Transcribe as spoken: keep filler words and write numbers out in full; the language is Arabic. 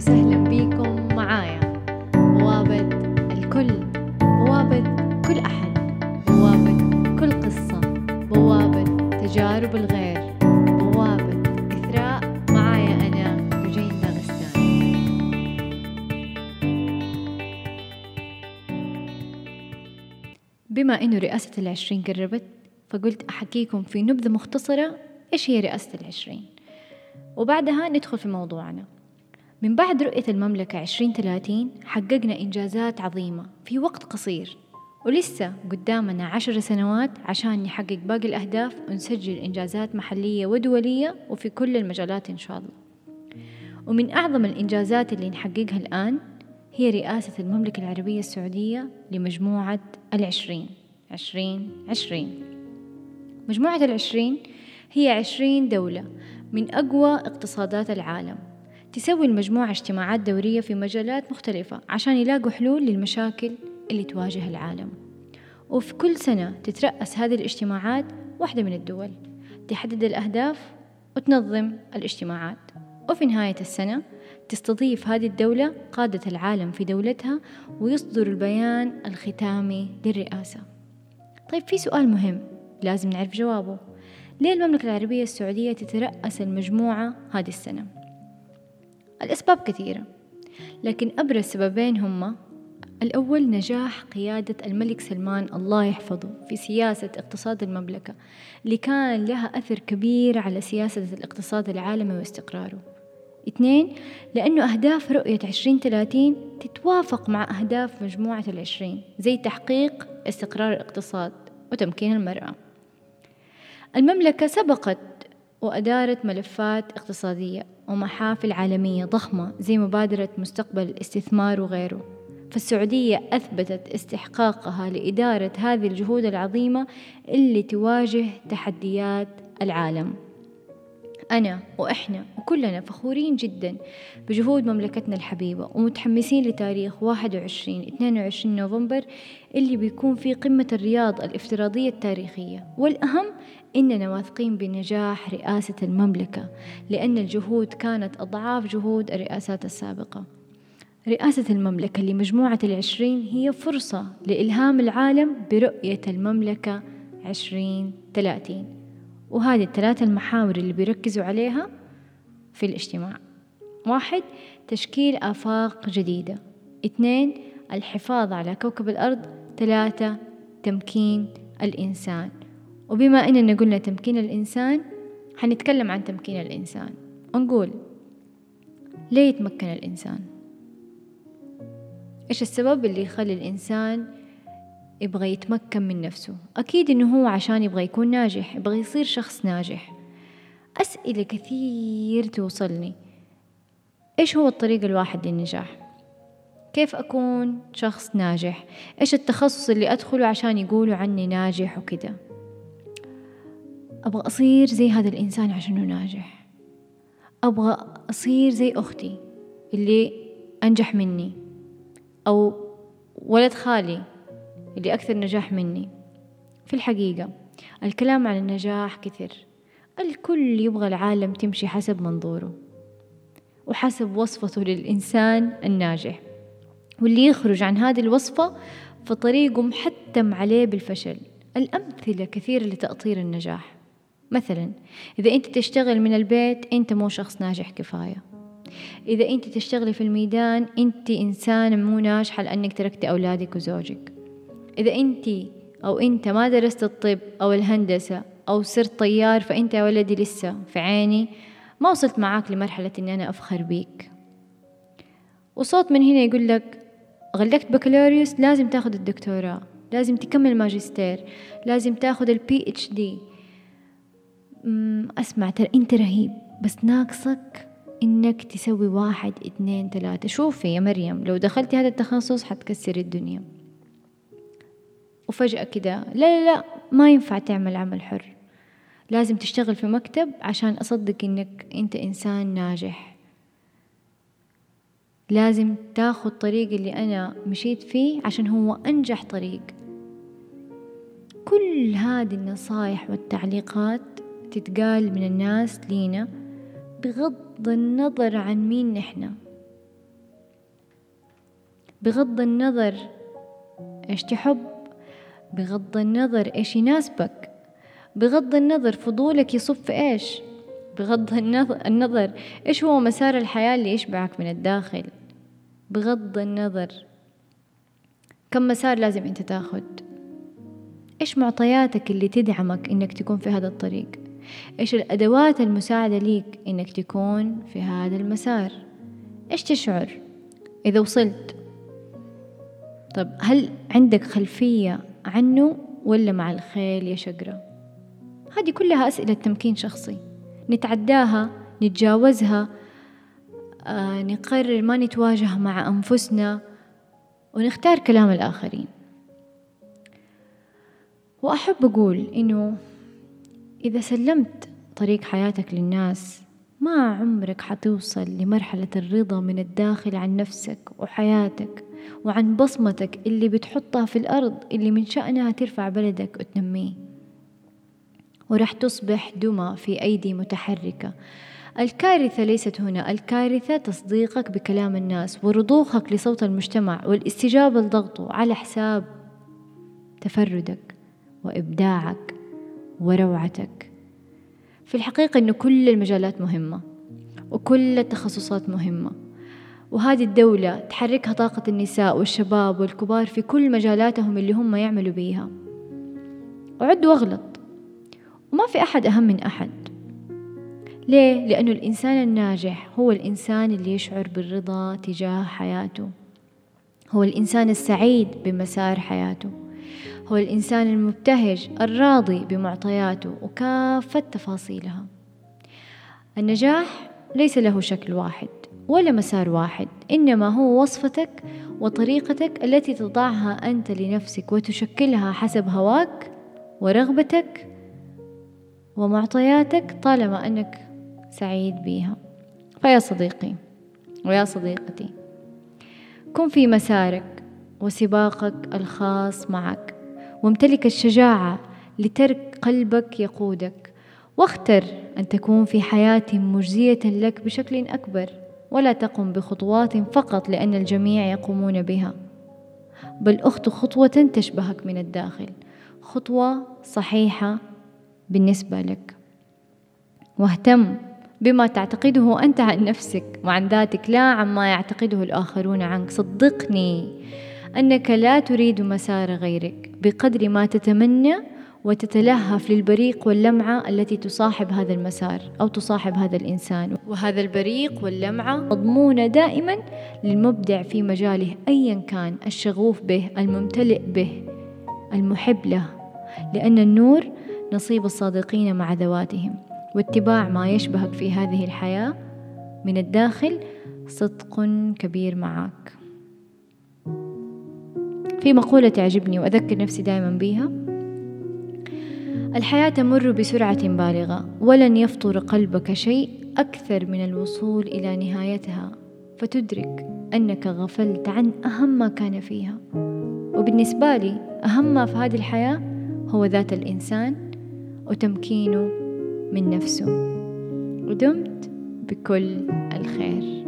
وسهلا بيكم معايا بوابة الكل، بوابة كل أحد، بوابة كل قصة، بوابة تجارب الغير، بوابة إثراء. معايا أنا رجين داغستان. بما إنه رئاسة العشرين قربت، فقلت أحكيكم في نبذة مختصرة إيش هي رئاسة العشرين، وبعدها ندخل في موضوعنا. من بعد رؤية المملكة عشرين ثلاثين حققنا إنجازات عظيمة في وقت قصير، ولسه قدامنا عشر سنوات عشان نحقق باقي الأهداف ونسجل إنجازات محلية ودولية وفي كل المجالات إن شاء الله. ومن أعظم الإنجازات اللي نحققها الآن هي رئاسة المملكة العربية السعودية لمجموعة العشرين عشرين عشرين. مجموعة العشرين هي عشرين دولة من أقوى اقتصادات العالم، تسوي المجموعة اجتماعات دورية في مجالات مختلفة عشان يلاقوا حلول للمشاكل اللي تواجه العالم. وفي كل سنة تترأس هذه الاجتماعات واحدة من الدول، تحدد الأهداف وتنظم الاجتماعات، وفي نهاية السنة تستضيف هذه الدولة قادة العالم في دولتها ويصدر البيان الختامي للرئاسة. طيب، في سؤال مهم لازم نعرف جوابه: ليه المملكة العربية السعودية تترأس المجموعة هذه السنة؟ الأسباب كثيرة، لكن أبرز سببين هما: الأول نجاح قيادة الملك سلمان الله يحفظه في سياسة اقتصاد المملكة اللي كان لها أثر كبير على سياسة الاقتصاد العالمي واستقراره. اثنين، لأنه أهداف رؤية عشرين ثلاثين تتوافق مع أهداف مجموعة العشرين، زي تحقيق استقرار الاقتصاد وتمكين المرأة. المملكة سبقت وأدارت ملفات اقتصادية ومحافل عالمية ضخمة زي مبادرة مستقبل الاستثمار وغيره، فالسعودية أثبتت استحقاقها لإدارة هذه الجهود العظيمة اللي تواجه تحديات العالم. أنا وإحنا وكلنا فخورين جدا بجهود مملكتنا الحبيبة ومتحمسين لتاريخ واحد وعشرين اثنين وعشرين نوفمبر اللي بيكون فيه قمة الرياض الافتراضية التاريخية. والأهم إننا واثقين بنجاح رئاسة المملكة، لأن الجهود كانت أضعاف جهود الرئاسات السابقة. رئاسة المملكة لمجموعة العشرين هي فرصة لإلهام العالم برؤية المملكة عشرين ثلاثين، وهذه الثلاثة المحاور اللي بيركزوا عليها في الاجتماع: واحد، تشكيل آفاق جديدة. اثنين، الحفاظ على كوكب الأرض. ثلاثة، تمكين الإنسان. وبما أننا قلنا تمكين الإنسان، حنتكلم عن تمكين الإنسان ونقول ليه يتمكن الإنسان؟ إيش السبب اللي يخلي الإنسان يبغى يتمكن من نفسه؟ أكيد إنه هو عشان يبغى يكون ناجح، يبغى يصير شخص ناجح. أسئلة كثير توصلني: إيش هو الطريق الواحد للنجاح؟ كيف أكون شخص ناجح؟ إيش التخصص اللي أدخله عشان يقولوا عني ناجح وكده؟ أبغى أصير زي هذا الإنسان عشانه ناجح، أبغى أصير زي أختي اللي أنجح مني، أو ولد خالي اللي أكثر نجاح مني. في الحقيقة الكلام عن النجاح كثير، الكل يبغى العالم تمشي حسب منظوره وحسب وصفته للإنسان الناجح، واللي يخرج عن هذه الوصفة فطريقه محتم عليه بالفشل. الأمثلة كثيرة لتأطير النجاح. مثلا، إذا أنت تشتغل من البيت أنت مو شخص ناجح كفاية. إذا أنت تشتغلي في الميدان أنت إنسان مو ناجحة لأنك تركتي أولادك وزوجك. إذا أنت أو أنت ما درست الطب أو الهندسة أو صرت طيار فأنت يا ولدي لسه في عيني ما وصلت معاك لمرحلة أن أنا أفخر بيك. وصوت من هنا يقول لك غلقت بكالوريوس لازم تاخد الدكتوراه، لازم تكمل ماجستير، لازم تاخد البي اتش دي. أسمع، ترى أنت رهيب بس ناقصك إنك تسوي واحد اثنين ثلاثة. شوفي يا مريم، لو دخلتي هذا التخصص حتكسر الدنيا. وفجأة كده لا لا لا ما ينفع تعمل عمل حر، لازم تشتغل في مكتب عشان أصدق إنك أنت إنسان ناجح. لازم تاخد طريق اللي أنا مشيت فيه عشان هو أنجح طريق. كل هذه النصائح والتعليقات تتقال من الناس لينا بغض النظر عن مين نحن. بغض النظر إيش تحب، بغض النظر إيش يناسبك، بغض النظر فضولك يصب في إيش، بغض النظر إيش هو مسار الحياة اللي يشبعك من الداخل، بغض النظر كم مسار لازم أنت تاخد، إيش معطياتك اللي تدعمك إنك تكون في هذا الطريق، إيش الأدوات المساعدة ليك إنك تكون في هذا المسار، إيش تشعر إذا وصلت. طب هل عندك خلفية عنه ولا مع الخيل يا شقرة؟ هذه كلها أسئلة تمكين شخصي نتعداها، نتجاوزها، آه نقرر ما نتواجه مع أنفسنا ونختار كلام الآخرين. وأحب أقول إنه إذا سلمت طريق حياتك للناس ما عمرك حتوصل لمرحلة الرضا من الداخل عن نفسك وحياتك وعن بصمتك اللي بتحطها في الأرض، اللي من شأنها ترفع بلدك وتنميه. ورح تصبح دمى في أيدي متحركة. الكارثة ليست هنا، الكارثة تصديقك بكلام الناس ورضوخك لصوت المجتمع والاستجابة لضغطه على حساب تفردك وإبداعك وروعتك. في الحقيقة أنه كل المجالات مهمة وكل التخصصات مهمة، وهذه الدولة تحركها طاقة النساء والشباب والكبار في كل مجالاتهم اللي هم يعملوا بيها. وعد واغلط، وما في أحد أهم من أحد. ليه؟ لأنه الإنسان الناجح هو الإنسان اللي يشعر بالرضا تجاه حياته، هو الإنسان السعيد بمسار حياته، هو الإنسان المبتهج الراضي بمعطياته وكافة تفاصيلها. النجاح ليس له شكل واحد ولا مسار واحد، إنما هو وصفتك وطريقتك التي تضعها أنت لنفسك وتشكلها حسب هواك ورغبتك ومعطياتك طالما أنك سعيد بيها. فيا صديقي ويا صديقتي، كن في مسارك وسباقك الخاص معك، وامتلك الشجاعة لترك قلبك يقودك، واختر أن تكون في حياة مجزية لك بشكل أكبر، ولا تقم بخطوات فقط لأن الجميع يقومون بها، بل أخطو خطوة تشبهك من الداخل، خطوة صحيحة بالنسبة لك. واهتم بما تعتقده أنت عن نفسك وعن ذاتك، لا عما يعتقده الآخرون عنك. صدقني أنك لا تريد مسار غيرك بقدر ما تتمنى وتتلهف للبريق واللمعة التي تصاحب هذا المسار أو تصاحب هذا الإنسان. وهذا البريق واللمعة مضمونة دائما للمبدع في مجاله أيا كان، الشغوف به، الممتلئ به، المحب له، لأن النور نصيب الصادقين مع ذواتهم، واتباع ما يشبهك في هذه الحياة من الداخل صدق كبير معك. في مقولة تعجبني وأذكر نفسي دائما بيها: الحياة تمر بسرعة بالغة، ولن يفطر قلبك شيء أكثر من الوصول إلى نهايتها فتدرك أنك غفلت عن أهم ما كان فيها. وبالنسبة لي أهم ما في هذه الحياة هو ذات الإنسان وتمكينه من نفسه. ودمت بكل الخير.